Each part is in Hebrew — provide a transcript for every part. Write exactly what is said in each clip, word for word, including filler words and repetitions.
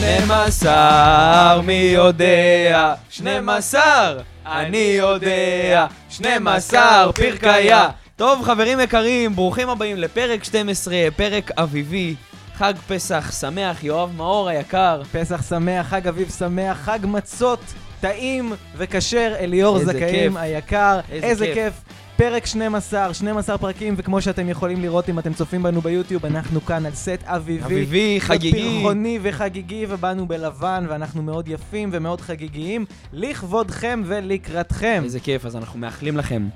שנים עשר, מי יודע? שנים עשר, אני יודע. שנים עשר, פרקיה. טוב, חברים יקרים, ברוכים הבאים לפרק שתים עשרה, פרק אביבי. חג פסח שמח, יואב מאור היקר. פסח שמח, חג אביב שמח, חג מצות, טעים וכשר, אליאור זכאים היקר. איזה, איזה כיף. כיף. פרק שנים עשר, שנים עשר פרקים, וכמו שאתם יכולים לראות אם אתם צופים בנו ביוטיוב, אנחנו כאן על סט אביבי. אביבי, חגיגי. פרחוני וחגיגי, ובאנו בלבן, ואנחנו מאוד יפים ומאוד חגיגיים, לכבודכם ולקראתכם. איזה כיף, אז אנחנו מאחלים לכם,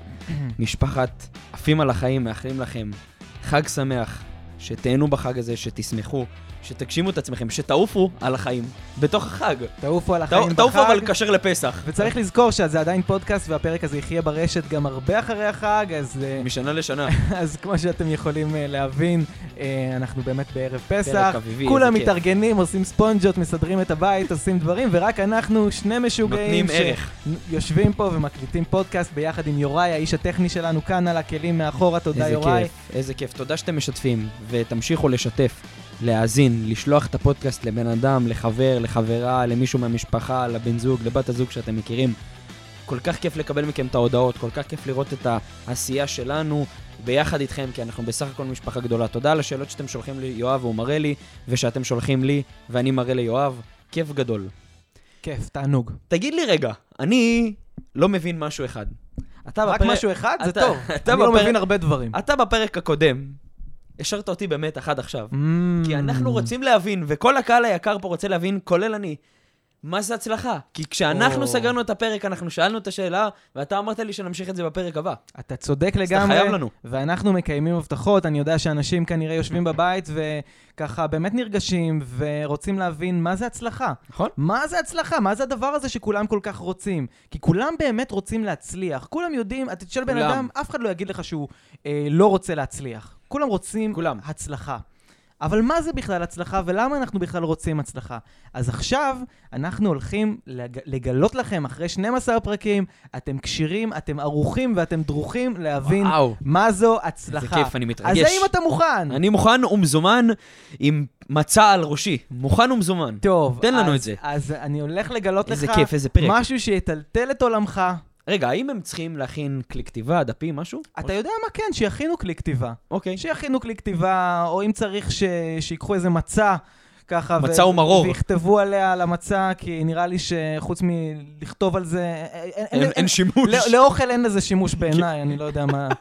משפחת עפים על החיים, מאחלים לכם חג שמח, שתהנו בחג הזה, שתשמחו, שתגשימו את עצמכם, שתעופו על החיים בתוך החג. תעופו על החיים בחג. תעופו אבל כשר לפסח. וצריך לזכור שזה עדיין פודקאסט, והפרק הזה יחיה ברשת גם הרבה אחרי החג, אז... משנה לשנה. אז כמו שאתם יכולים להבין, אנחנו באמת בערב פסח. פרק אביבי, כולם איזה כיף. מתארגנים, עושים ספונג'ות, מסדרים את הבית, עושים דברים, ורק אנחנו שני משוגעים נותנים ערך. שיושבים פה ומקליטים פודקאסט ביחד עם יוראי, האיש הטכני שלנו כאן על הכלים מאחורה. תודה איזה יוראי. כיף, איזה כיף. תודה שאתם משתפים, ותמשיכו לשתף, להאזין, לשלוח את הפודקאסט לבן אדם, לחבר, לחברה, למישהו מהמשפחה, לבן זוג, לבת הזוג שאתם מכירים. כל כך כיף לקבל מכם את ההודעות, כל כך כיף לראות את העשייה שלנו ביחד איתכם, כי אנחנו בסך הכל משפחה גדולה. תודה על השאלות שאתם שולחים לי, יואב, והוא מראה לי, ושאתם שולחים לי, ואני מראה ליואב. כיף גדול. כיף, תענוג. תגיד לי רגע, אני לא מבין משהו אחד. אתה רק בפרק... משהו אחד? זה אתה- טוב. אתה אני לא בפרק- מבין הרבה דברים. אתה בפרק הקודם, השארת אותי באמת אחד עכשיו. Mm. כי אנחנו רוצים להבין, וכל הקהל היקר פה רוצה להבין, כולל אני, מה זה הצלחה? כי כשאנחנו או. סגרנו את הפרק, אנחנו שאלנו את השאלה, ואתה אמרת לי שנמשיך את זה בפרק הבא. אתה צודק אז אתה לגמרי, חייב לנו. ואנחנו מקיימים הבטחות. אני יודע שאנשים כנראה יושבים בבית וככה באמת נרגשים ורוצים להבין מה זה הצלחה. נכון? מה זה הצלחה? מה זה הדבר הזה שכולם כל כך רוצים? כי כולם באמת רוצים להצליח. כולם יודעים, אתה תשאל בן כולם. אדם, אף אחד לא יגיד לך שהוא אה, לא רוצה להצליח. כולם רוצים כולם. הצלחה. אבל מה זה בכלל הצלחה, ולמה אנחנו בכלל רוצים הצלחה? אז עכשיו אנחנו הולכים לג... לגלות לכם, אחרי שנים עשר פרקים, אתם קשירים, אתם ערוכים ואתם דרוכים להבין וואו. מה זו הצלחה. זה כיף, אני אז מתרגש. האם אתה מוכן? אני מוכן ומזומן עם מצע על ראשי. מוכן ומזומן. טוב. תן לנו אז, את זה. אז אני הולך לגלות איזה לך כיף, איזה פרק. משהו שיטלטל את עולמך. רגע, האם הם צריכים להכין כלי כתיבה, דפים, משהו? אתה יודע מה? כן, שיכינו כלי כתיבה. אוקיי. שיכינו כלי כתיבה, או אם צריך ש... שיקחו איזה מצע, ככה, מצע ומרור. ויכתבו עליה על המצע, כי נראה לי שחוץ מלכתוב על זה... אין, אין, אין שימוש. לא, לאוכל אין לזה שימוש בעיניי, אני לא יודע מה...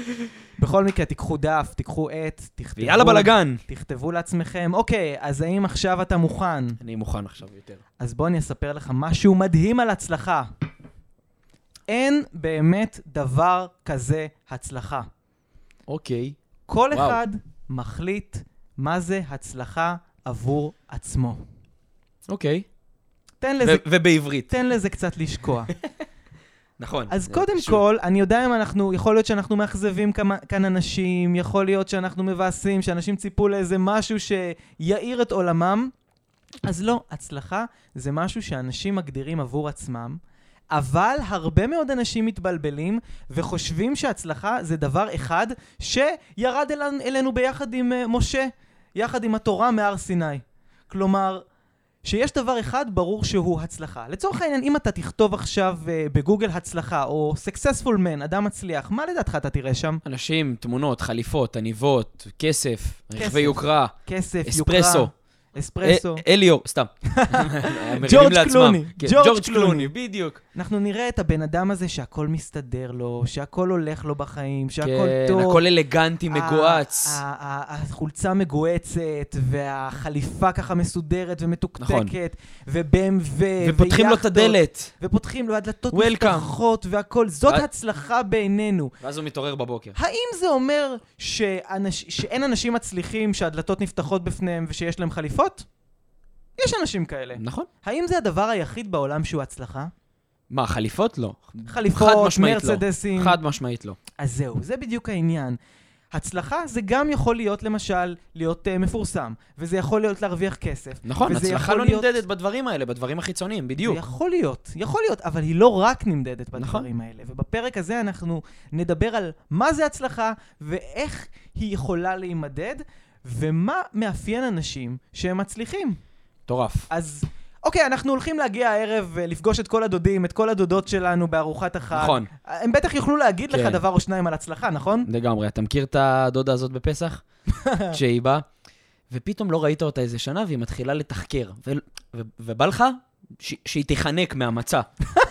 בכל מקרה, תיקחו דף, תיקחו עט, תכתבו... ויאללה בלגן. תכתבו לעצמכם. אוקיי, אז האם עכשיו אתה מוכן? אני מוכן עכשיו יותר. אז בוא אני אספר לך משהו מדהים על הצלחה. אין באמת דבר כזה הצלחה. אוקיי. כל וואו. אחד מחליט מה זה הצלחה עבור עצמו. אוקיי. תן ו- לזה, ובעברית. תן לזה קצת לשקוע. נכון. אז זה קודם פשוט. כל, אני יודע אם אנחנו, יכול להיות שאנחנו מאכזבים כמה, כאן אנשים, יכול להיות שאנחנו מבאסים, שאנשים ציפו לאיזה משהו שיעיר את עולמם. אז לא, הצלחה זה משהו שאנשים מגדירים עבור עצמם, אבל הרבה מאוד אנשים מתבלבלים וחושבים שהצלחה זה דבר אחד שירד אלינו, אלינו ביחד עם uh, משה, יחד עם התורה מהר סיני. כלומר, שיש דבר אחד ברור שהוא הצלחה. לצורך העניין, אם אתה תכתוב עכשיו uh, בגוגל הצלחה או successful man, אדם מצליח, מה לדעתך אתה תראה שם? אנשים, תמונות, חליפות, עניבות, כסף, כסף. רכבי יוקרה, כסף, אספרסו. יוקרה, אספרסו. א- אליו, סתם. ג'ורג' קלוני. כן, ג'ורג' ג'ורג' קלוני. קלוני, בדיוק. אנחנו נראה את הבן אדם הזה שהכל מסתדר לו, שהכל הולך לו בחיים, שהכל כן, טוב. הכל אלגנטי, מגועץ. ה- ה- ה- החולצה מגועצת, והחליפה ככה מסודרת ומתוקתקת, וב אם דאבליו, ופותחים לו את הדלת. ופותחים לו הדלתות Welcome. מפתחות והכל. זאת ואז- הצלחה בעינינו. ואז הוא מתעורר בבוקר. האם זה אומר שאנש, שאין אנשים מצליחים שהדלתות נפתחות בפניהם ושיש להם חליפות? יש אנשים כאלה. נכון. האם זה הדבר היחיד בעולם שהוא הצלחה? מה, חליפות? לא. חד חליפות, משמעית לא. מרצדסים. חד משמעית לא. אז זהו, זה בדיוק העניין. הצלחה זה גם יכול להיות למשל להיות uh, מפורסם, וזה יכול להיות להרוויח כסף. נכון, וזה הצלחה יכול לא להיות... נמדדת בדברים האלה, בדברים החיצוניים, בדיוק. זה יכול להיות, יכול להיות, אבל היא לא רק נמדדת בדברים האלה. ובפרק הזה אנחנו נדבר על מה זה הצלחה, ואיך היא יכולה להימדד, ומה מאפיין אנשים שהם מצליחים. מטורף. אז, אוקיי, אנחנו הולכים להגיע הערב לפגוש את כל הדודים, את כל הדודות שלנו בארוחת החג. נכון. הם בטח יוכלו להגיד כן. לך דבר או שניים על הצלחה, נכון? לגמרי. אתה מכיר את הדודה הזאת בפסח? כשהיא באה, ופתאום לא ראית אותה איזה שנה, והיא מתחילה לתחקר. ו- ו- ובא לך ש- שהיא תיחנק מהמצע.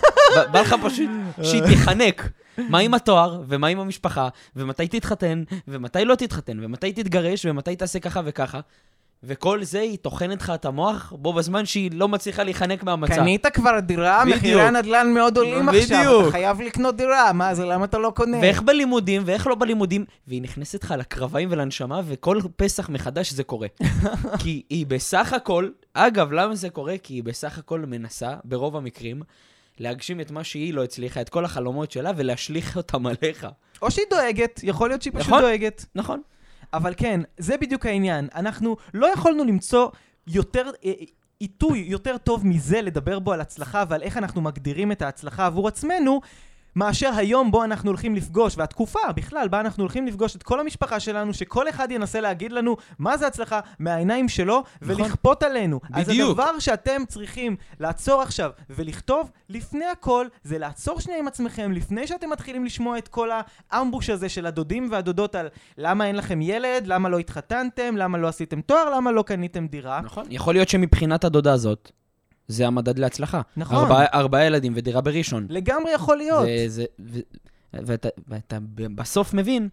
בא לך פשוט שהיא תיחנק. מה עם התואר, ומה עם המשפחה, ומתי תתחתן, ומתי לא תתחתן, ומתי תתגרש, ומתי תעשה ככה וככה. וכל זה היא תוכנת לך את המוח, בו בזמן שהיא לא מצליחה להיחנק מהמצע. קנית כבר דירה, מחירי הנדל"ן מאוד עולים עכשיו, אתה חייב לקנות דירה, מה זה, למה אתה לא קונה? ואיך בלימודים, ואיך לא בלימודים, והיא נכנסת לך לקרביים ולנשמה, וכל פסח מחדש זה קורה. כי היא בסך הכל, אגב, למה זה קורה? כי היא בסך הכל מנסה, ברוב המקרים, להגשים את מה שהיא לא הצליחה, את כל החלומות שלה, ולהשליך אותם עליך. או שהיא דואגת, יכול להיות שהיא פשוט נכון? דואגת. נכון. אבל כן, זה בדיוק העניין. אנחנו לא יכולנו למצוא יותר אה, עיתוי יותר טוב מזה לדבר בו על הצלחה ועל איך אנחנו מגדירים את ההצלחה עבור עצמנו, מאשר היום בו אנחנו הולכים לפגוש, והתקופה בכלל בה אנחנו הולכים לפגוש את כל המשפחה שלנו, שכל אחד ינסה להגיד לנו מה זה הצלחה מהעיניים שלו, נכון. ולכפות עלינו. בדיוק. אז הדבר שאתם צריכים לעצור עכשיו ולכתוב לפני הכל, זה לעצור שנייה עם עצמכם, לפני שאתם מתחילים לשמוע את כל האמבוש הזה של הדודים והדודות על למה אין לכם ילד, למה לא התחתנתם, למה לא עשיתם תואר, למה לא קניתם דירה. נכון. יכול להיות שמבחינת הדודה הזאת, זה המדד להצלחה. נכון. ארבעה, ארבעה ילדים ודירה בראשון. לגמרי יכול להיות. זה, זה, ו, ואתה, ואתה בסוף מבין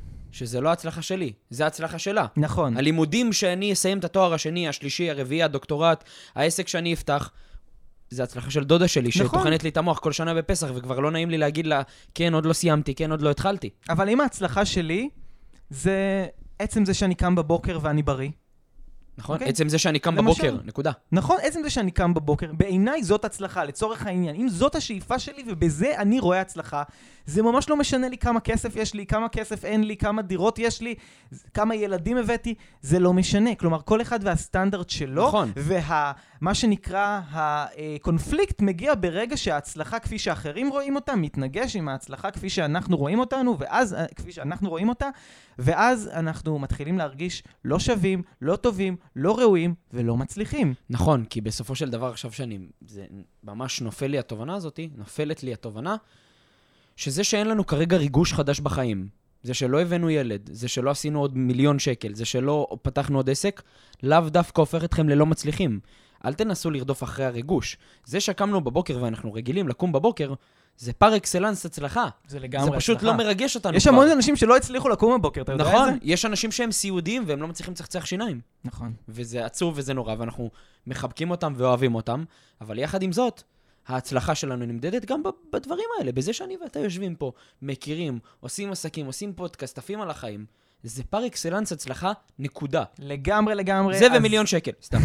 שזה לא הצלחה שלי, זה הצלחה שלה. נכון. הלימודים שאני אסיים את התואר השני, השלישי, הרביעי, הדוקטורט, העסק שאני אפתח, זה הצלחה של דודה שלי, נכון. שתוכנת לי את המוח כל שנה בפסח, וכבר לא נעים לי להגיד לה, כן, עוד לא סיימתי, כן, עוד לא התחלתי. אבל אם ההצלחה שלי, זה עצם זה שאני קם בבוקר ואני בריא. נכון? Okay. עצם זה שאני קם למשל, בבוקר, נקודה. נכון, עצם זה שאני קם בבוקר, בעיניי זאת הצלחה, לצורך העניין. אם זאת השאיפה שלי ובזה אני רואה הצלחה, זה ממש לא משנה לי כמה כסף יש לי, כמה כסף אין לי, כמה דירות יש לי, כמה ילדים הבאתי, זה לא משנה. כלומר, כל אחד והסטנדרט שלו, נכון. ומה שנקרא הקונפליקט מגיע ברגע שההצלחה כפי שאחרים רואים אותה, מתנגש עם ההצלחה כפי שאנחנו רואים אותנו, ואז כפי שאנחנו רואים אותה, ואז אנחנו מתחילים להרגיש לא שווים, לא טובים, לא ראויים ולא מצליחים. נכון, כי בסופו של דבר עכשיו שאני, זה ממש נופל לי התובנה הזאת, נופלת לי התובנה, שזה שאין לנו כרגע ריגוש חדש בחיים, זה שלא הבאנו ילד, זה שלא עשינו עוד מיליון שקל, זה שלא פתחנו עוד עסק, לאו דווקא הופך אתכם ללא מצליחים. אל תנסו לרדוף אחרי הריגוש. זה שקמנו בבוקר ואנחנו רגילים לקום בבוקר, זה פר אקסלנס הצלחה. זה לגמרי זה פשוט הצלחה. לא מרגש אותנו. יש המון אנשים שלא הצליחו לקום בבוקר, אתה יודע את זה? נכון, יש אנשים שהם סיעודיים והם לא מצליחים לצחצח שיניים. נכון. וזה עצוב וזה נורא, ואנחנו מחבקים אותם ואוהבים אותם, אבל יחד עם זאת, ההצלחה שלנו נמדדת גם בדברים האלה, בזה שאני ואתה יושבים פה, מכירים, עושים עסקים, עושים פודקאסט, עפים על החיים. זה פר אקסלנס הצלחה, נקודה. לגמרי, לגמרי. זה ומיליון שקל, סתם.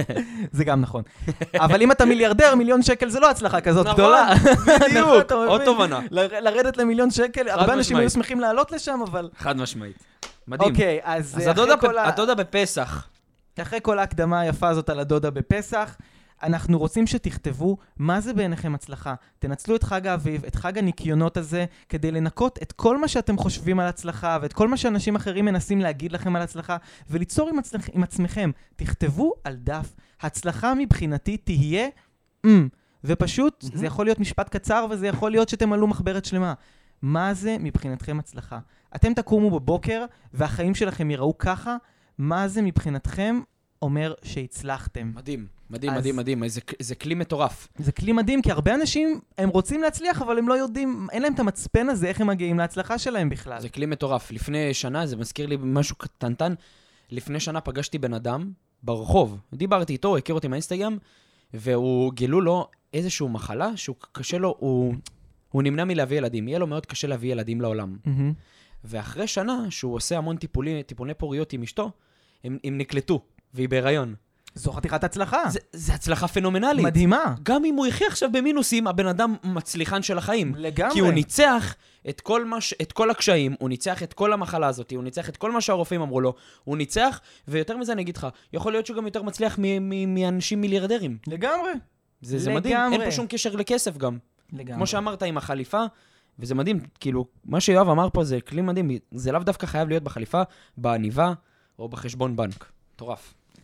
זה גם נכון. אבל אם אתה מיליארדר, מיליון שקל זה לא הצלחה כזאת גדולה. בדיוק, עוד תובנה. לרדת למיליון שקל, הרבה אנשים היו שמחים לעלות לשם, אבל... חד משמעית. מדהים. אוקיי, אז... אז הדודה בפסח. אחרי כל ההקדמה היפה הזאת על הדודה בפסח, אנחנו רוצים שתכתבו מה זה בעיניכם הצלחה. תנצלו את חג האביב, את חג הניקיונות הזה, כדי לנקות את כל מה שאתם חושבים על הצלחה, ואת כל מה שאנשים אחרים מנסים להגיד לכם על הצלחה, וליצור עם, עצמכ... עם עצמכם. תכתבו על דף. הצלחה מבחינתי תהיה, mm, ופשוט, mm-hmm. זה יכול להיות משפט קצר, וזה יכול להיות שתמלאו מחברת שלמה. מה זה מבחינתכם הצלחה? אתם תקומו בבוקר, והחיים שלכם יראו ככה, מה זה מבחינתכם אומר שהצלחתם. מדהים, מדהים, מדהים, מדהים. זה, זה כלי מטורף. זה כלי מדהים, כי הרבה אנשים, הם רוצים להצליח, אבל הם לא יודעים, אין להם את המצפן הזה, איך הם מגיעים להצלחה שלהם בכלל. זה כלי מטורף. לפני שנה, זה מזכיר לי משהו קטנטן, לפני שנה פגשתי בן אדם ברחוב. דיברתי איתו, הכיר אותי מהאינסטגרם, והוא גילו לו איזשהו מחלה, שהוא קשה לו, הוא, הוא נמנע מלהביא ילדים. יהיה לו מאוד קשה להביא ילדים לעולם. Mm-hmm. ואחרי שנה, שהוא עושה המון טיפולי, טיפולי פוריות עם אשתו, הם, הם נקלטו. והיא בהיריון. זו חתיכת הצלחה. זה, זה הצלחה פנומנלית. מדהימה. גם אם הוא יחיה עכשיו במינוסים, הבן אדם מצליחן של החיים. לגמרי. כי הוא ניצח את כל, מש, את כל הקשיים, הוא ניצח את כל המחלה הזאת, הוא ניצח את כל מה שהרופאים אמרו לו, הוא ניצח, ויותר מזה אני אגיד לך, יכול להיות שהוא גם יותר מצליח מאנשים מיליארדרים. לגמרי. זה, זה מדהים, אין פה שום קשר לכסף גם. לגמרי. כמו שאמרת עם החליפה, וזה מדהים, כאילו, מה שיואב אמר פה זה כלי מדהים, זה לאו דווקא חייב להיות בחליפה, בעניבה או בחשבון בנק. מטורף.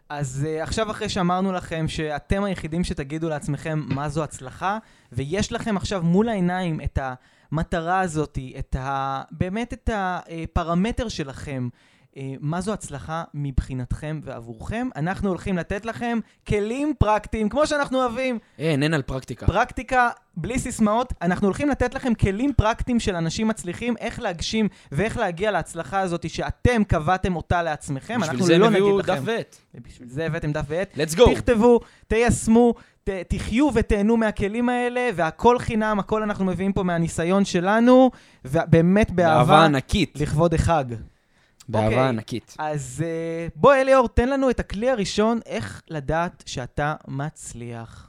אז uh, עכשיו אחרי שאמרנו לכם שאתם היחידים שתגידו לעצמכם מה זו הצלחה, ויש לכם עכשיו מול העיניים את המטרה הזאת, את ה... באמת את הפרמטר שלכם, uh, מה זו הצלחה מבחינתכם ועבורכם, אנחנו הולכים לתת לכם כלים פרקטיים, כמו שאנחנו אוהבים. אין, אין על פרקטיקה. פרקטיקה בלי סיסמאות, אנחנו הולכים לתת לכם כלים פרקטיים של אנשים מצליחים, איך להגשים ואיך להגיע להצלחה הזאת שאתם קבעתם אותה לעצמכם. בשביל זה לא נביאו דף ועט. בשביל זה הבאתם דף ועט. Let's go. תכתבו, תיישמו, ת, תחיו ותהנו מהכלים האלה, והכל חינם, הכל אנחנו מביאים פה מהניסיון שלנו, ובאמת באהבה, באהבה ענקית. לכבוד החג. באהבה אוקיי. ענקית. אז uh, בוא אליאור, תן לנו את הכלי הראשון, איך לדעת שאתה מצליח.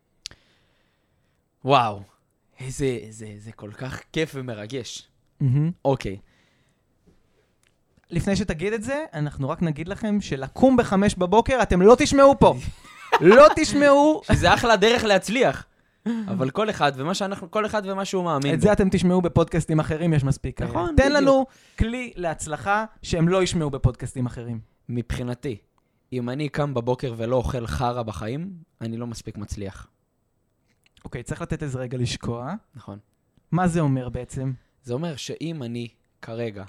וואו, איזה, זה, זה כל כך כיף ומרגש. Mm-hmm. אוקיי. לפני שתגיד את זה, אנחנו רק נגיד לכם שלקום בחמש בבוקר, אתם לא תשמעו פה. לא תשמעו. שזה אחלה דרך להצליח. אבל כל אחד ומה שאנחנו, כל אחד ומה שהוא מאמין. את זה אתם תשמעו בפודקאסטים אחרים, יש מספיק. נכון, תן בדיוק. לנו כלי להצלחה שהם לא ישמעו בפודקאסטים אחרים. מבחינתי, אם אני קם בבוקר ולא אוכל חרה בחיים, אני לא מספיק מצליח. אוקיי, צריך לתת איזה רגע לשקוע. נכון. מה זה אומר בעצם? זה אומר שאם אני כרגע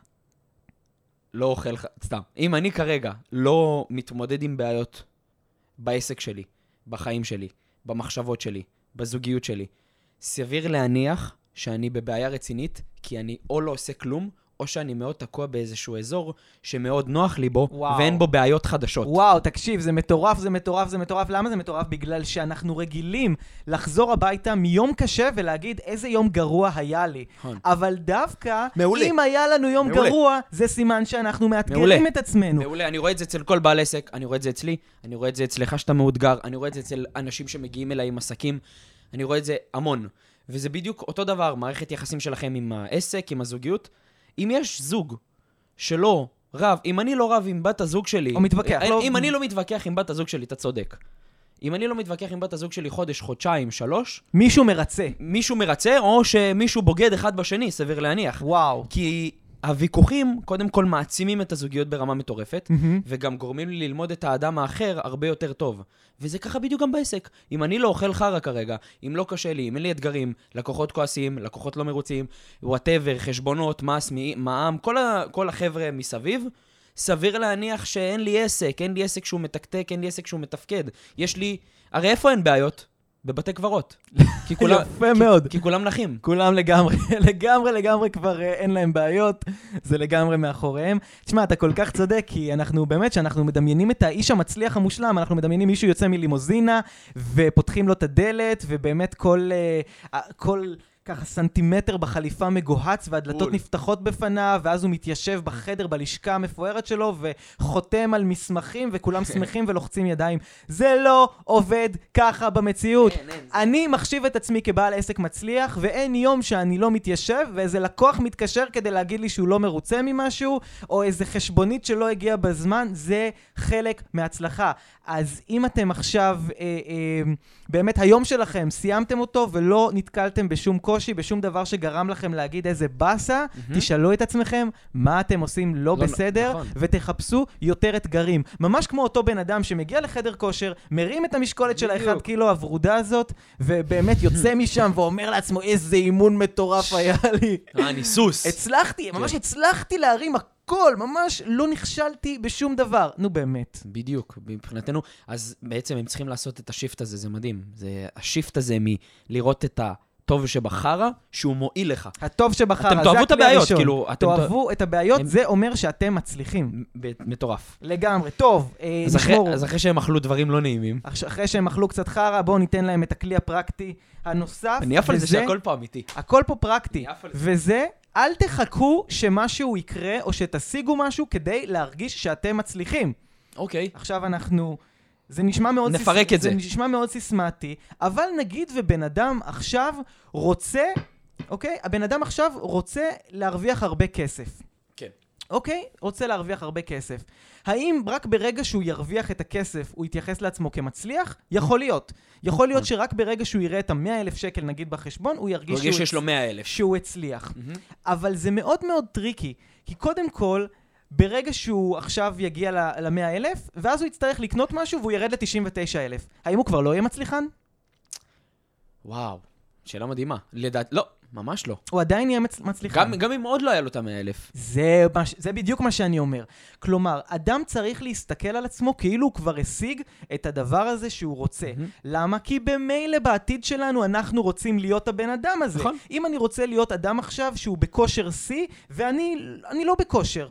לא אוכל, סתם, אם אני כרגע לא מתמודד עם בעיות בעסק שלי, בחיים שלי, במחשבות שלי, בזוגיות שלי, סביר להניח שאני בבעיה רצינית, כי אני או לא עושה כלום, או שאני מאוד תקוע באיזשהו אזור שמאוד נוח לי בו, וואו. ואין בו בעיות חדשות. וואו, תקשיב, זה מטורף, זה מטורף, זה מטורף. למה זה מטורף? בגלל שאנחנו רגילים לחזור הביתה מיום קשה ולהגיד איזה יום גרוע היה לי. נכון. אבל דווקא, מעולה. אם היה לנו יום מעולה. גרוע, זה סימן שאנחנו מאתגרים מעולה. את עצמנו. מעולה, אני רואה את זה אצל כל בעל עסק, אני רואה את זה אצלי, אני רואה את זה אצלך שאתה מאותגר, אני רואה את זה אצל אנשים שמגיעים אליי עם עסקים, אני רואה את זה המון. וזה בדיוק אותו דבר, מערכת יחסים שלכם עם העסק, עם הזוגיות. אם יש זוג שלא רב, אם אני לא רב עם בת הזוג שלי, או מתווכח, לא... אם אני לא מתווכח עם בת הזוג שלי, אתה צודק. אם אני לא מתווכח עם בת הזוג שלי חודש, חודשיים, שלוש, מישהו מרצה. מישהו מרצה, או שמישהו בוגד אחד בשני, סביר להניח. וואו. כי הוויכוחים, קודם כל, מעצימים את הזוגיות ברמה מטורפת, Mm-hmm. וגם גורמים לי ללמוד את האדם האחר הרבה יותר טוב. וזה ככה בדיוק גם בעסק. אם אני לא אוכל חרה כרגע, אם לא קשה לי, אם אין לי אתגרים, לקוחות כועסים, לקוחות לא מרוצים, whatever, חשבונות, מס, מע"מ, כל, ה- כל החבר'ה מסביב, סביר להניח שאין לי עסק, אין לי עסק שהוא מתקתק, אין לי עסק שהוא מתפקד. יש לי... הרי איפה אין בעיות? בבתי קברות. כי כולם, יפה מאוד. כי כולם נחים. כולם לגמרי, לגמרי, לגמרי כבר אה, אין להם בעיות, זה לגמרי מאחוריהם. תשמע, אתה כל כך צודק, כי אנחנו באמת, שאנחנו מדמיינים את האיש המצליח המושלם, אנחנו מדמיינים מישהו יוצא מלימוזינה, ופותחים לו את הדלת, ובאמת כל, אה, כל ככה סנטימטר בחליפה מגוהץ, והדלתות בול. נפתחות בפניו, ואז הוא מתיישב בחדר בלשכה המפוארת שלו, וחותם על מסמכים, וכולם שמחים ולוחצים ידיים. זה לא עובד ככה במציאות. אין, אין, זה- אני מחשיב את עצמי כבעל עסק מצליח, ואין יום שאני לא מתיישב, ואיזה לקוח מתקשר כדי להגיד לי שהוא לא מרוצה ממשהו, או איזה חשבונית שלא הגיע בזמן, זה חלק מההצלחה. אז אם אתם עכשיו, אה, אה, באמת היום שלכם, סיימתם אותו ולא נתקלתם בשום קושי, בשום דבר שגרם לכם להגיד איזה בסה, מהמם. תשאלו את עצמכם מה אתם עושים לא לא, בסדר, נכון. ותחפשו יותר אתגרים. ממש כמו אותו בן אדם שמגיע לחדר כושר, מרים את המשקולת של בדיוק. האחד קילו הוורודה הזאת, ובאמת יוצא משם ואומר לעצמו איזה אימון מטורף היה לי. אה, אני סוס. הצלחתי, ממש הצלחתי להרים הכל, ממש לא נכשלתי בשום דבר. נו באמת. בדיוק, מבחינתנו. אז בעצם הם צריכים לעשות את השיפט הזה, זה מדהים. זה השיפט הזה מלראות את הטוב שבחרה, שהוא מועיל לך. הטוב שבחר, אתם תאהבו את הבעיות, כאילו, אתם תאהבו את הבעיות, הם- זה אומר שאתם מצליחים. ב- מטורף. לגמרי. טוב, אה, אז אחרי, נשמור. אז אחרי שהם אכלו דברים לא נעימים, אח- אחרי שהם אכלו קצת חרה, בואו ניתן להם את הכלי הפרקטי הנוסף. אני עף על זה וזה- שהכל פה אמיתי. הכל פה פרקטי. אני עף על זה. וזה, אל תחכו שמשהו יקרה או שתשיגו משהו כדי להרגיש שאתם מצליחים. אוקיי. עכשיו אנחנו... זה נשמע מאוד... נפרק סיס... את זה. זה נשמע מאוד סיסמטי, אבל נגיד ובן אדם עכשיו רוצה... אוקיי? הבן אדם עכשיו רוצה להרוויח הרבה כסף. כן. אוקיי? רוצה להרוויח הרבה כסף. האם רק ברגע שהוא ירוויח את הכסף הוא יתייחס לעצמו כמצליח? יכול להיות. יכול להיות שרק ברגע שהוא יראה את ה-מאה אלף שקל נגיד בחשבון, הוא ירגיש הוא הרגיש שהוא, שיש לו מאה אלף. שהוא הצליח. מהמם. אבל זה מאוד מאוד טריקי, כי קודם כל, ברגע שהוא עכשיו יגיע ל-מאה אלף, ואז הוא יצטרך לקנות משהו והוא ירד ל-תשעים ותשעה אלף. האם הוא כבר לא יהיה מצליחן? וואו, שאלה מדהימה. לדעת, לא, ממש לא. הוא עדיין יהיה מצ... מצליחן. גם, גם אם עוד לא היה לו את המאה אלף. זה, זה בדיוק מה שאני אומר. כלומר, אדם צריך להסתכל על עצמו כאילו הוא כבר השיג את הדבר הזה שהוא רוצה. Mm-hmm. למה? כי במילא בעתיד שלנו אנחנו רוצים להיות הבן אדם הזה. נכון. אם אני רוצה להיות אדם עכשיו שהוא בכושר C, ואני אני לא בכושר,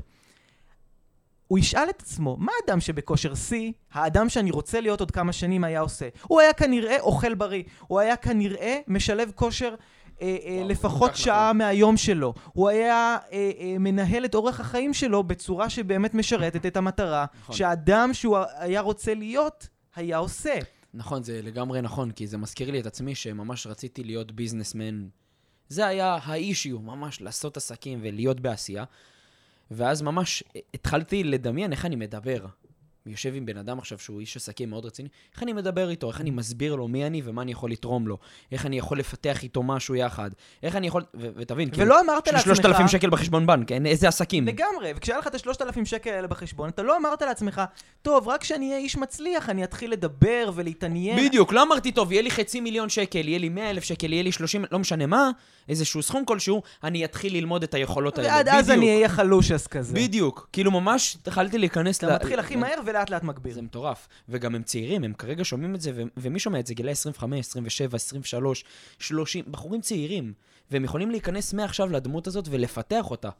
הוא ישאל את עצמו, מה האדם שבכושר C, האדם שאני רוצה להיות עוד כמה שנים היה עושה? הוא היה כנראה אוכל בריא, הוא היה כנראה משלב כושר אה, אה, לפחות שעה נכון. מהיום שלו, הוא היה אה, אה, מנהל את אורח החיים שלו בצורה שבאמת משרתת את המטרה, נכון. שהאדם שהוא היה רוצה להיות, היה עושה. נכון, זה לגמרי נכון, כי זה מזכיר לי את עצמי שממש רציתי להיות ביזנסמן. זה היה האישיו, ממש לעשות עסקים ולהיות בעשייה. ואז ממש התחלתי לדמיין איך אני מדבר. יושב עם בן אדם עכשיו שהוא איש עסקים מאוד רציני, איך אני מדבר איתו, איך אני מסביר לו מי אני ומה אני יכול לתרום לו, איך אני יכול לפתח איתו משהו יחד, איך אני יכול, ו- ותבין, ולא אמרת לעצמך, שלושת אלפים שקל בחשבון בנק, איזה עסקים. לגמרי, וכשהיה לך את השלושת אלפים שקל האלה בחשבון, אתה לא אמרת לעצמך, טוב, רק כשאני אהיה איש מצליח, אני אתחיל לדבר ולהתעניין. בדיוק, לא אמרתי, טוב, יהיה לי חצי מיליון שקל, יהיה לי מאה אלף שקל, יהיה לי שלושים, לא משנה מה, איזשהו סכום כלשהו, אני אתחיל ללמוד את היכולות האלה. ועד אז אני אהיה חלושס כזה. בדיוק, כאילו ממש התחלתי להיכנס אתה מתחיל הכי מהר ולאט לאט מגביר. זה מטורף. וגם הם צעירים, הם כרגע שומעים את זה, ו- ומי שומע את זה? גילי עשרים וחמש, עשרים ושבע, עשרים ושלוש, שלושים, בחורים צעירים, והם יכולים להיכנס מעכשיו לדמות הזאת ולפתח אותה.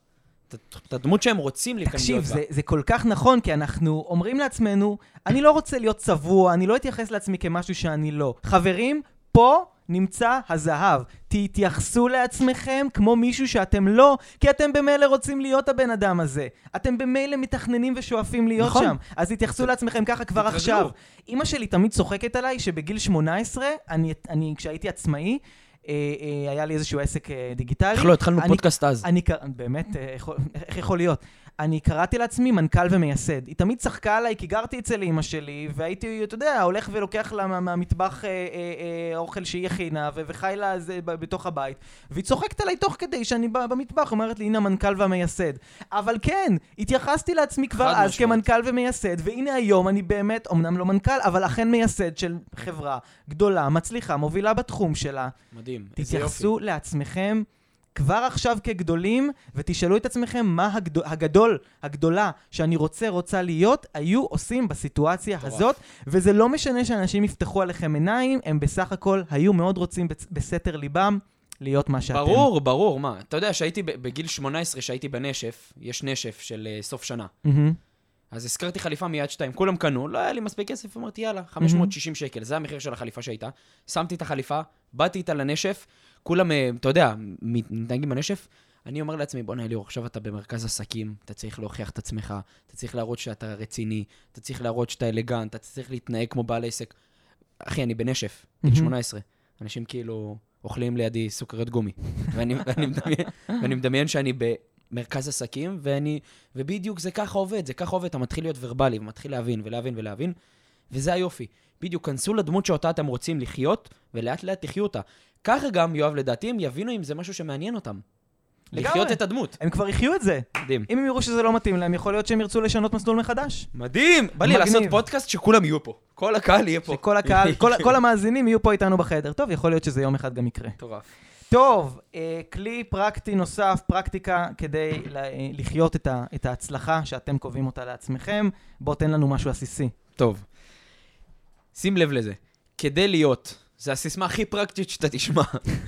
את הדמות שהם רוצים להיכנס תקשיב, להיות זה, זה כל כך נכון, כי אנחנו אומרים לעצמנו, אני לא רוצה להיות צבוע, אני לא אתייחס לעצמי כמשהו שאני לא. חברים, פה נמצא הזהב. תתייחסו לעצמכם כמו מישהו שאתם לא, כי אתם במילא רוצים להיות הבן אדם הזה. אתם במילא מתכננים ושואפים להיות נכון. שם. אז תתייחסו לעצמכם ככה כבר תתרגלו. עכשיו. אמא שלי תמיד צוחקת עליי שבגיל שמונה עשרה, אני, אני, כשהייתי עצמאי, אה, אה, היה לי איזשהו עסק אה, דיגיטלי. איך לא, התחלנו אני, פודקאסט אז. אני, באמת, אה, איך, איך יכול להיות? אני קראתי לעצמי מנכ"ל ומייסד. היא תמיד צחקה עליי כי גרתי אצל אמא שלי, והייתי, אתה יודע, הולך ולוקח לה מה, מהמטבח אה, אה, אה, אוכל שהיא הכינה, ו- וחי לה זה ב- בתוך הבית. והיא צוחקת עליי תוך כדי שאני ב- במטבח, אומרת לי, הנה המנכ"ל והמייסד. אבל כן, התייחסתי לעצמי כבר אז משמעות. כמנכ"ל ומייסד, והנה היום אני באמת, אמנם לא מנכ"ל, אבל אכן מייסד של חברה גדולה, מצליחה, מובילה בתחום שלה. מדהים, תתייחסו לעצמכם כבר עכשיו כגדולים, ותשאלו את עצמכם מה הגדול, הגדול, הגדולה שאני רוצה, רוצה להיות, היו עושים בסיטואציה טוב. הזאת, וזה לא משנה שאנשים יפתחו עליכם עיניים, הם בסך הכל היו מאוד רוצים בסתר ליבם להיות מה שאתם. ברור, ברור, מה? אתה יודע שהייתי בגיל שמונה עשרה, שהייתי בנשף, יש נשף של uh, סוף שנה. Mm-hmm. אז הזכרתי חליפה מיד שתיים, כולם קנו, לא היה לי מספיק כסף, אמרתי יאללה, חמש מאות ושישים שקל, זה המחיר של החליפה שהייתה. שמתי את החליפה, באתי איתה לנשף, כולם, אתה יודע, מתנהגים בנשף, אני אומר לעצמי, בוא נעלי, עכשיו אתה במרכז עסקים, אתה צריך להוכיח את עצמך, אתה צריך להראות שאתה רציני, אתה צריך להראות שאתה אלגנט, אתה צריך להתנהג כמו בעל עסק. אחי, אני בנשף, גיל שמונה עשרה, אנשים כאילו אוכלים לידי סוכריות גומי, ואני, ואני מדמיין, ואני מדמיין שאני במרכז עסקים, ואני, ובדיוק זה ככה עובד, זה ככה עובד, אתה מתחיל להיות ורבלי, ומתחיל להבין ולהבין ולהבין, וזה היופי. בדיוק, כנסו לדמות שאותה אתם רוצים לחיות, ולאט לאט תחיו אותה. ככה גם, יואב, לדעתי, הם יבינו אם זה משהו שמעניין אותם. לגמרי. לחיות את הדמות. הם כבר יחיו את זה. מדהים. אם הם יראו שזה לא מתאים להם, יכול להיות שהם ירצו לשנות מסלול מחדש. מדהים! בא לי לעשות פודקאסט שכולם יהיו פה. כל הקהל יהיה פה. שכל הקהל, כל, כל המאזינים יהיו פה איתנו בחדר. טוב, יכול להיות שזה יום אחד גם יקרה. טוב. טוב, אה, כלי פרקטי נוסף, פרקטיקה כדי לחיות את, ה, את ההצלחה שאתם קובעים אותה לעצמכם. בוא תן לנו משהו עסיסי. טוב. שים לב לזה. כדי להיות, זה הסיסמה הכי פרקטית שאתה תשמע.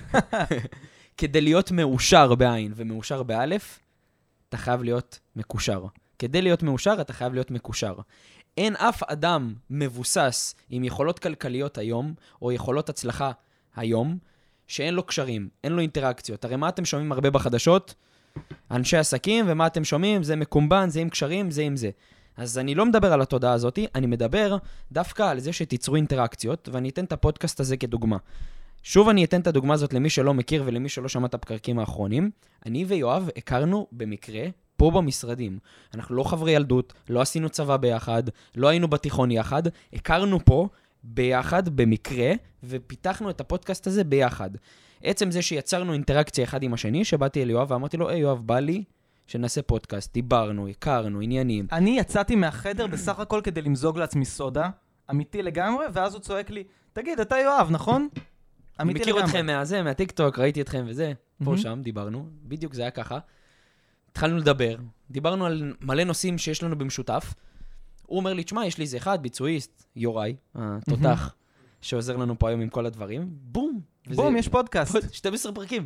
כדי להיות מאושר בעין ומאושר באלף, אתה חייב להיות מקושר. כדי להיות מאושר, אתה חייב להיות מקושר. אין אף אדם מבוסס עם יכולות כלכליות היום, או יכולות הצלחה היום, שאין לו קשרים, אין לו אינטראקציות. הרי מה אתם שומעים הרבה בחדשות? אנשי עסקים, ומה אתם שומעים? זה מקומבן, זה עם קשרים, זה עם זה. אז אני לא מדבר על התודעה הזאת, אני מדבר דווקא על זה שתיצרו אינטראקציות, ואני אתן את הפודקאסט הזה כדוגמה. שוב אני אתן את הדוגמה הזאת למי שלא מכיר ולמי שלא שמע את הפרקים האחרונים. אני ויואב הכרנו במקרה פה במשרדים. אנחנו לא חברי ילדות, לא עשינו צבא ביחד, לא היינו בתיכון יחד, הכרנו פה ביחד במקרה, ופיתחנו את הפודקאסט הזה ביחד. עצם זה שיצרנו אינטראקציה אחד עם השני, שבאתי אל יואב ואמרתי לו, היי יואב, בא לי שנעשה פודקאסט, דיברנו, הכרנו, עניינים. אני יצאתי מהחדר בסך הכל כדי למזוג לעצמי סודה, אמיתי לגמרי, ואז הוא צועק לי, תגיד, אתה יואב, נכון? אני מכיר אתכם מהזה, מהטיקטוק, ראיתי אתכם וזה. פה שם דיברנו, בדיוק זה היה ככה. התחלנו לדבר, דיברנו על מלא נושאים שיש לנו במשותף. הוא אומר לי, תשמע, יש לי איזה אחד, ביצועיסט, יוראי, התותח, שעוזר לנו פה היום עם כל הדברים. בום! בום, יש פודקאסט. שנים עשר פרקים.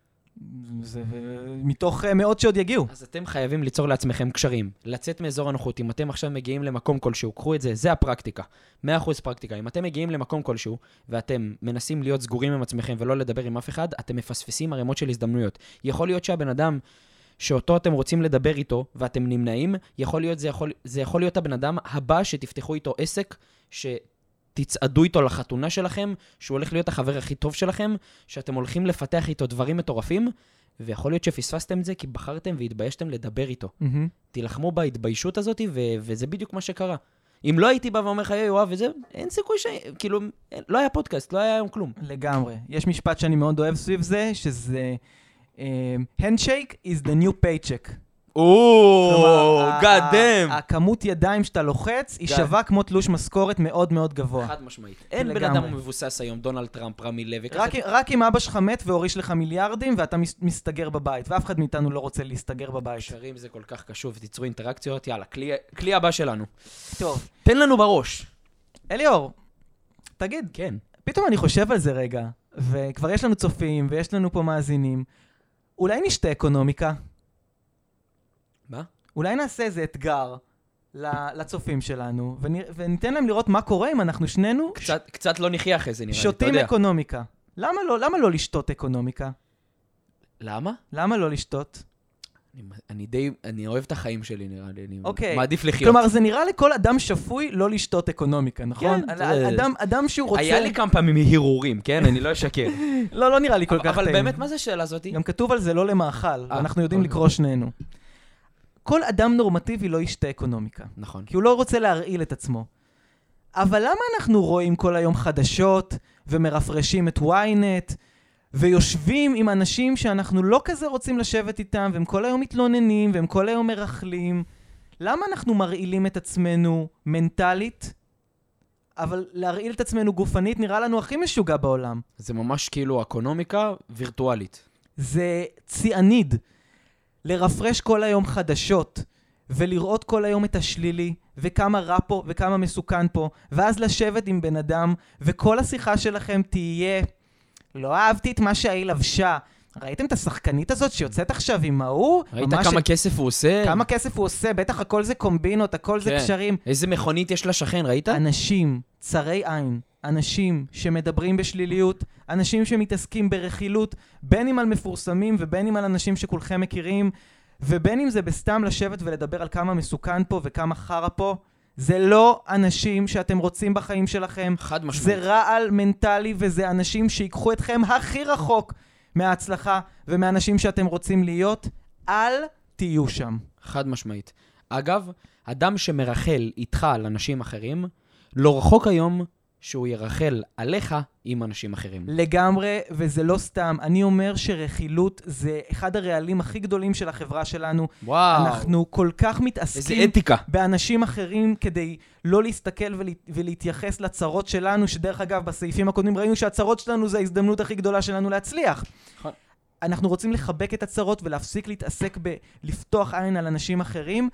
זה מתוך מאות שעוד יגיעו. אז אתם חייבים ליצור לעצמכם קשרים, לצאת מאזור הנוחות. אם אתם עכשיו מגיעים למקום כלשהו, קחו את זה, זה הפרקטיקה. מאה אחוז פרקטיקה. אם אתם מגיעים למקום כלשהו, ואתם מנסים להיות סגורים עם עצמכם ולא לדבר עם אף אחד, אתם מפספסים ערימות של הזדמנויות. יכול להיות שהבן אדם שאותו אתם רוצים לדבר איתו, ואתם נמנעים, יכול להיות, זה יכול, זה יכול להיות הבן אדם הבא שתפתחו איתו עסק, שתצעדו איתו לחתונה שלכם, שהוא הולך להיות החבר הכי טוב שלכם, שאתם הולכים לפתח איתו דברים מטורפים, ויכול להיות שפספסתם את זה כי בחרתם והתביישתם לדבר איתו. Mm-hmm. תלחמו בהתביישות הזאת, ו- וזה בדיוק מה שקרה. אם לא הייתי בא ואומר חיי יואב וזה, אין סיכוי ש... כאילו, לא היה פודקאסט, לא היה היום כלום. לגמרי. יש משפט שאני מאוד אוהב סביב זה, שזה... handshake is the new paycheck. או, God damn. הכמות ידיים שאתה לוחץ, היא שווה כמו תלוש משכורת מאוד מאוד גבוה. חד משמעית. אין בן אדם מבוסס היום, דונלד טראמפ, רמי לוי. רק אם אבא שלך מת והוריש לך מיליארדים, ואתה מסתגר בבית, ואף אחד מאיתנו לא רוצה להסתגר בבית. קשרים זה כל כך קשור, ותיצרו אינטראקציות. יאללה, כלי הבא שלנו. טוב. תן לנו בראש. אליאור, תגיד. כן. פתאום אני חושב על זה רגע, וכבר יש לנו צופים, ויש לנו פה מאזינים. אולי נשתה אקונומיקה? מה? אולי נעשה איזה אתגר לצופים שלנו, וניתן להם לראות מה קורה אם אנחנו שנינו... קצת, קצת לא נחיה אחרי זה, נראה לי, שותים אקונומיקה. למה לא, למה לא לשתות אקונומיקה? למה? למה לא לשתות? אני, אני די, אני אוהב את החיים שלי, נראה לי. אני אוקיי. מעדיף לחיות. כלומר, זה נראה לכל אדם שפוי לא לשתות אקונומיקה, נכון? כן. אדם, אדם שהוא רוצה... היה לי כמה פעמים הרהורים, כן? אני לא אשקר. לא, לא נראה לי כל כך טעים. אבל באמת, מה זה השאלה הזאת? גם כתוב על זה לא למאכל, ואנחנו יודעים לקרוא שנינו. כל אדם נורמטיבי לא ישתה אקונומיקה. נכון. כי הוא לא רוצה להרעיל את עצמו. אבל למה אנחנו רואים כל היום חדשות, ומרפרשים את ynet, ויושבים עם אנשים שאנחנו לא כזה רוצים לשבת איתם, והם כל היום מתלוננים, והם כל היום מרחלים? למה אנחנו מרעילים את עצמנו מנטלית, אבל להרעיל את עצמנו גופנית נראה לנו הכי משוגע בעולם? זה ממש כאילו אקונומיקה וירטואלית. זה ציאניד. לרפרש כל היום חדשות, ולראות כל היום את השלילי, וכמה רע פה, וכמה מסוכן פה, ואז לשבת עם בן אדם, וכל השיחה שלכם תהיה, לא אהבתי את מה שהיא לבשה. ראיתם את השחקנית הזאת שיוצאת עכשיו עם ההוא? ראית כמה ש... כסף הוא עושה? כמה כסף הוא עושה? בטח הכל זה קומבינות, הכל כן. זה קשרים. איזה מכונית יש לשכן, ראית? אנשים, צרי עין, אנשים שמדברים בשליליות, אנשים שמתעסקים ברכילות, בין אם על מפורסמים ובין אם על אנשים שכולכם מכירים, ובין אם זה בסתם לשבת ולדבר על כמה מסוכן פה וכמה חרה פה. זה לא אנשים שאתם רוצים בחיים שלכם. חד משמעית. זה רעל מנטלי, וזה אנשים שיקחו אתכם הכי רחוק מההצלחה ומאנשים שאתם רוצים להיות. אל תהיו שם. חד משמעית. אגב, אדם שמרחל איתך על אנשים אחרים, לא רחוק היום שהוא ירחל עליך עם אנשים אחרים. לגמרי, וזה לא סתם. אני אומר שרכילות זה אחד הרעלים הכי גדולים של החברה שלנו. וואו. אנחנו כל כך מתעסקים... איזה אתיקה. באנשים אחרים כדי לא להסתכל ולה, ולהתייחס לצרות שלנו, שדרך אגב, בסעיפים הקודמים ראינו שהצרות שלנו זה ההזדמנות הכי גדולה שלנו להצליח. נכון. אנחנו רוצים לחבק את הצרות ולהפסיק להתעסק בלפתוח עין על אנשים אחרים,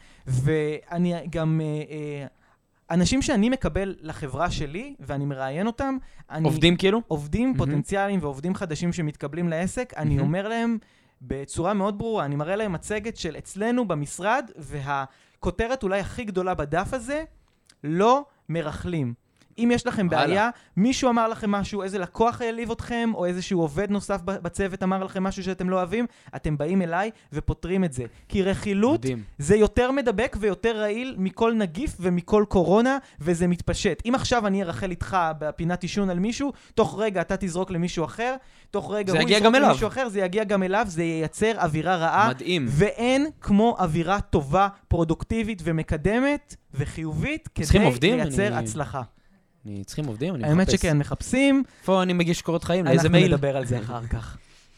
ואני גם... אה, אה, אנשים שאני מקבל לחברה שלי, ואני מראיין אותם, אני... עובדים כאילו? עובדים mm-hmm. פוטנציאליים ועובדים חדשים שמתקבלים לעסק, mm-hmm. אני אומר להם בצורה מאוד ברורה, אני מראה להם מצגת של אצלנו במשרד, והכותרת אולי הכי גדולה בדף הזה, לא מרחלים. אם יש לכם בעיה, מישהו אמר לכם משהו, איזה לקוח העליב אתכם, או איזשהו עובד נוסף בצוות אמר לכם משהו שאתם לא אוהבים, אתם באים אליי ופותרים את זה. כי רכילות מדהים. זה יותר מדבק ויותר רעיל מכל נגיף ומכל קורונה, וזה מתפשט. אם עכשיו אני ארחל איתך בפינת אישון על מישהו, תוך רגע אתה תזרוק למישהו אחר, תוך רגע הוא יזרוק למישהו אחר, זה יגיע גם אליו, זה ייצר אווירה רעה. מדהים. ואין כמו אווירה טובה, פרודוקטיבית ומקדמת וחיובית, כדי לייצר אני... הצלחה. אני צריכים עובדים, אני מחפש. האמת שכן, מחפשים. פה אני מגיש קורות חיים, לאיזה מייל? אנחנו נדבר על זה אחר כך.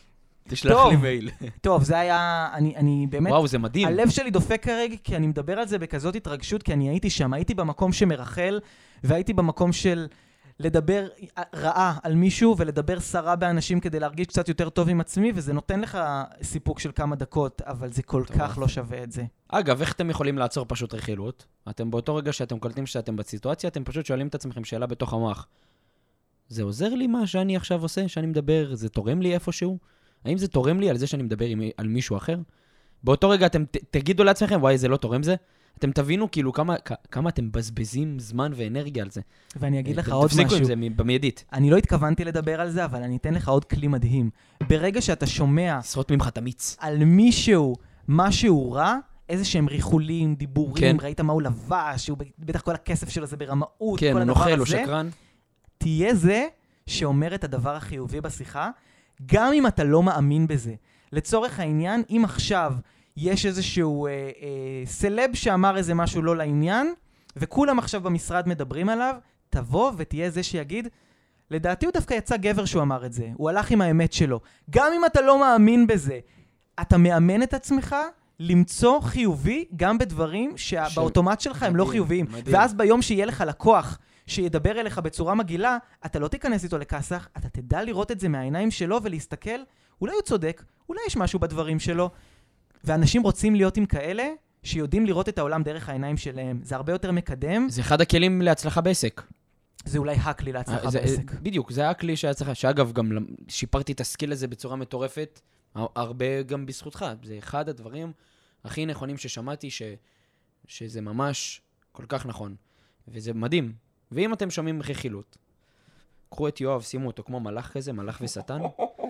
תשלח לי מייל. טוב, זה היה, אני, אני באמת... וואו, זה מדהים. הלב שלי דופק כרגע, כי אני מדבר על זה בכזאת התרגשות, כי אני הייתי שם, הייתי במקום שמרחל, והייתי במקום של לדבר רעה על מישהו, ולדבר שרה באנשים כדי להרגיש קצת יותר טוב עם עצמי, וזה נותן לך סיפוק של כמה דקות, אבל זה כל כך לא שווה את זה. אגב, איך אתם יכולים לעצור פשוט רכילות? אתם באותו רגע שאתם קולטים שאתם בסיטואציה, אתם פשוט שואלים את עצמכם שאלה בתוך המוח. זה עוזר לי מה שאני עכשיו עושה, שאני מדבר? זה תורם לי איפשהו? האם זה תורם לי על זה שאני מדבר עם, על מישהו אחר? באותו רגע אתם ת, תגידו לעצמכם, וואי, זה לא תורם זה? אתם תבינו כאילו כמה, כמה אתם מבזבזים זמן ואנרגיה על זה. ואני אגיד לך עוד משהו. תפסיקו עם זה במיידית. אני לא התכוונתי לדבר על זה, אבל אני אתן לך עוד כלי מדהים. ברגע שאתה שומע... עשרות ממך תמיץ. על מישהו, משהו רע, איזה שהם ריחולים, דיבורים, כן. ראית מה הוא לבש, שהוא בטח כל הכסף שלו זה ברמאות, כן, כל הדבר נוכל, הזה. או שקרן. תהיה זה שאומר את הדבר החיובי בשיחה, גם אם אתה לא מאמין בזה. לצורך העניין, אם עכשיו יש איזשהו אה, אה, סלב שאמר איזה משהו לא לעניין, וכולם עכשיו במשרד מדברים עליו, תבוא ותהיה זה שיגיד, לדעתי הוא דווקא יצא גבר שהוא אמר את זה, הוא הלך עם האמת שלו. גם אם אתה לא מאמין בזה, אתה מאמן את עצמך למצוא חיובי גם בדברים שבאוטומט שלך הם לא חיוביים. ואז ביום שיהיה לך לקוח שידבר אליך בצורה מגילה, אתה לא תיכנס איתו לכסח, אתה תדע לראות את זה מהעיניים שלו ולהסתכל, אולי הוא צודק, אולי יש משהו בדברים שלו, ואנשים רוצים להיות עם כאלה שיודעים לראות את העולם דרך העיניים שלהם. זה הרבה יותר מקדם. זה אחד הכלים להצלחה בעסק. זה אולי הכלי להצלחה זה, בעסק. בדיוק, זה הכלי שהצלחה, שאגב גם שיפרתי את הסקיל הזה בצורה מטורפת, הרבה גם בזכותך. זה אחד הדברים הכי נכונים ששמעתי, ש, שזה ממש כל כך נכון. וזה מדהים. ואם אתם שומעים רכילות, קחו את יואב, שימו אותו כמו מלאך כזה, מלאך ושטן.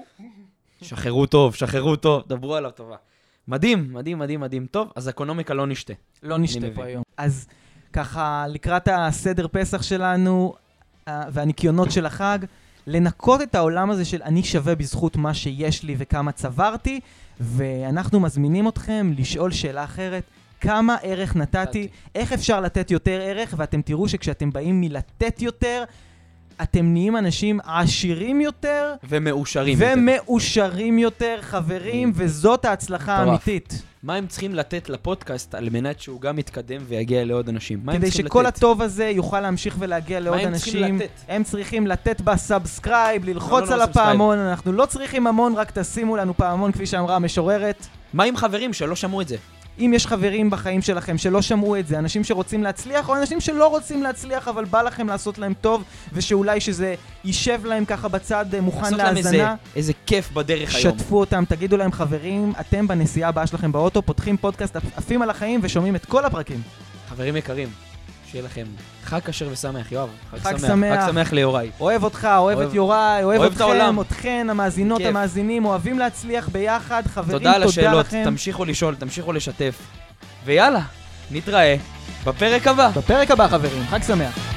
שחררו טוב, שחררו טוב, דברו עליו טובה. מדהים, מדהים, מדהים, מדהים. טוב, אז אקונומיקה לא נשתה. לא נשתה פה היום. אז ככה, לקראת הסדר פסח שלנו, והניקיונות של החג, לנקות את העולם הזה של אני שווה בזכות מה שיש לי וכמה צברתי, ואנחנו מזמינים אתכם לשאול שאלה אחרת, כמה ערך נתתי, איך אפשר לתת יותר ערך, ואתם תראו שכשאתם באים מלתת יותר, אתם נהיים אנשים עשירים יותר, ומאושרים יותר. ומאושרים יותר, חברים, וזאת ההצלחה האמיתית. מה הם צריכים לתת לפודקאסט על מנת שהוא גם יתקדם ויגיע לעוד אנשים? כדי שכל הטוב הזה יוכל להמשיך ולהגיע לעוד אנשים. הם צריכים לתת בסאבסקרייב, ללחוץ על הפעמון. אנחנו לא צריכים המון, רק תשימו לנו פעמון, כפי שאמרה המשוררת. מה עם חברים שלא שמעו את זה? אם יש חברים בחיים שלכם שלא שמעו את זה, אנשים שרוצים להצליח או אנשים שלא רוצים להצליח אבל בא לכם לעשות להם טוב ושאולי שזה יישב להם ככה בצד מוכן להאזנה, איזה, איזה כיף בדרך היום. שתפו אותם, תגידו להם חברים, אתם בנסיעה הבאה שלכם באוטו, פותחים פודקאסט, עפים על החיים ושומעים את כל הפרקים. חברים יקרים, שיהיה לכם חג כשר ושמח, יואב. חג שמח. חג שמח ליוראי. אוהב אותך, אוהב, אוהב את יוראי, אוהב, אוהב אתכם, אתכן, המאזינות, כיף. המאזינים, אוהבים להצליח ביחד, חברים, תודה, תודה לשאלות, לכם. תמשיכו לשאול, תמשיכו לשתף. ויאללה, נתראה בפרק הבא. בפרק הבא, חברים. חג שמח.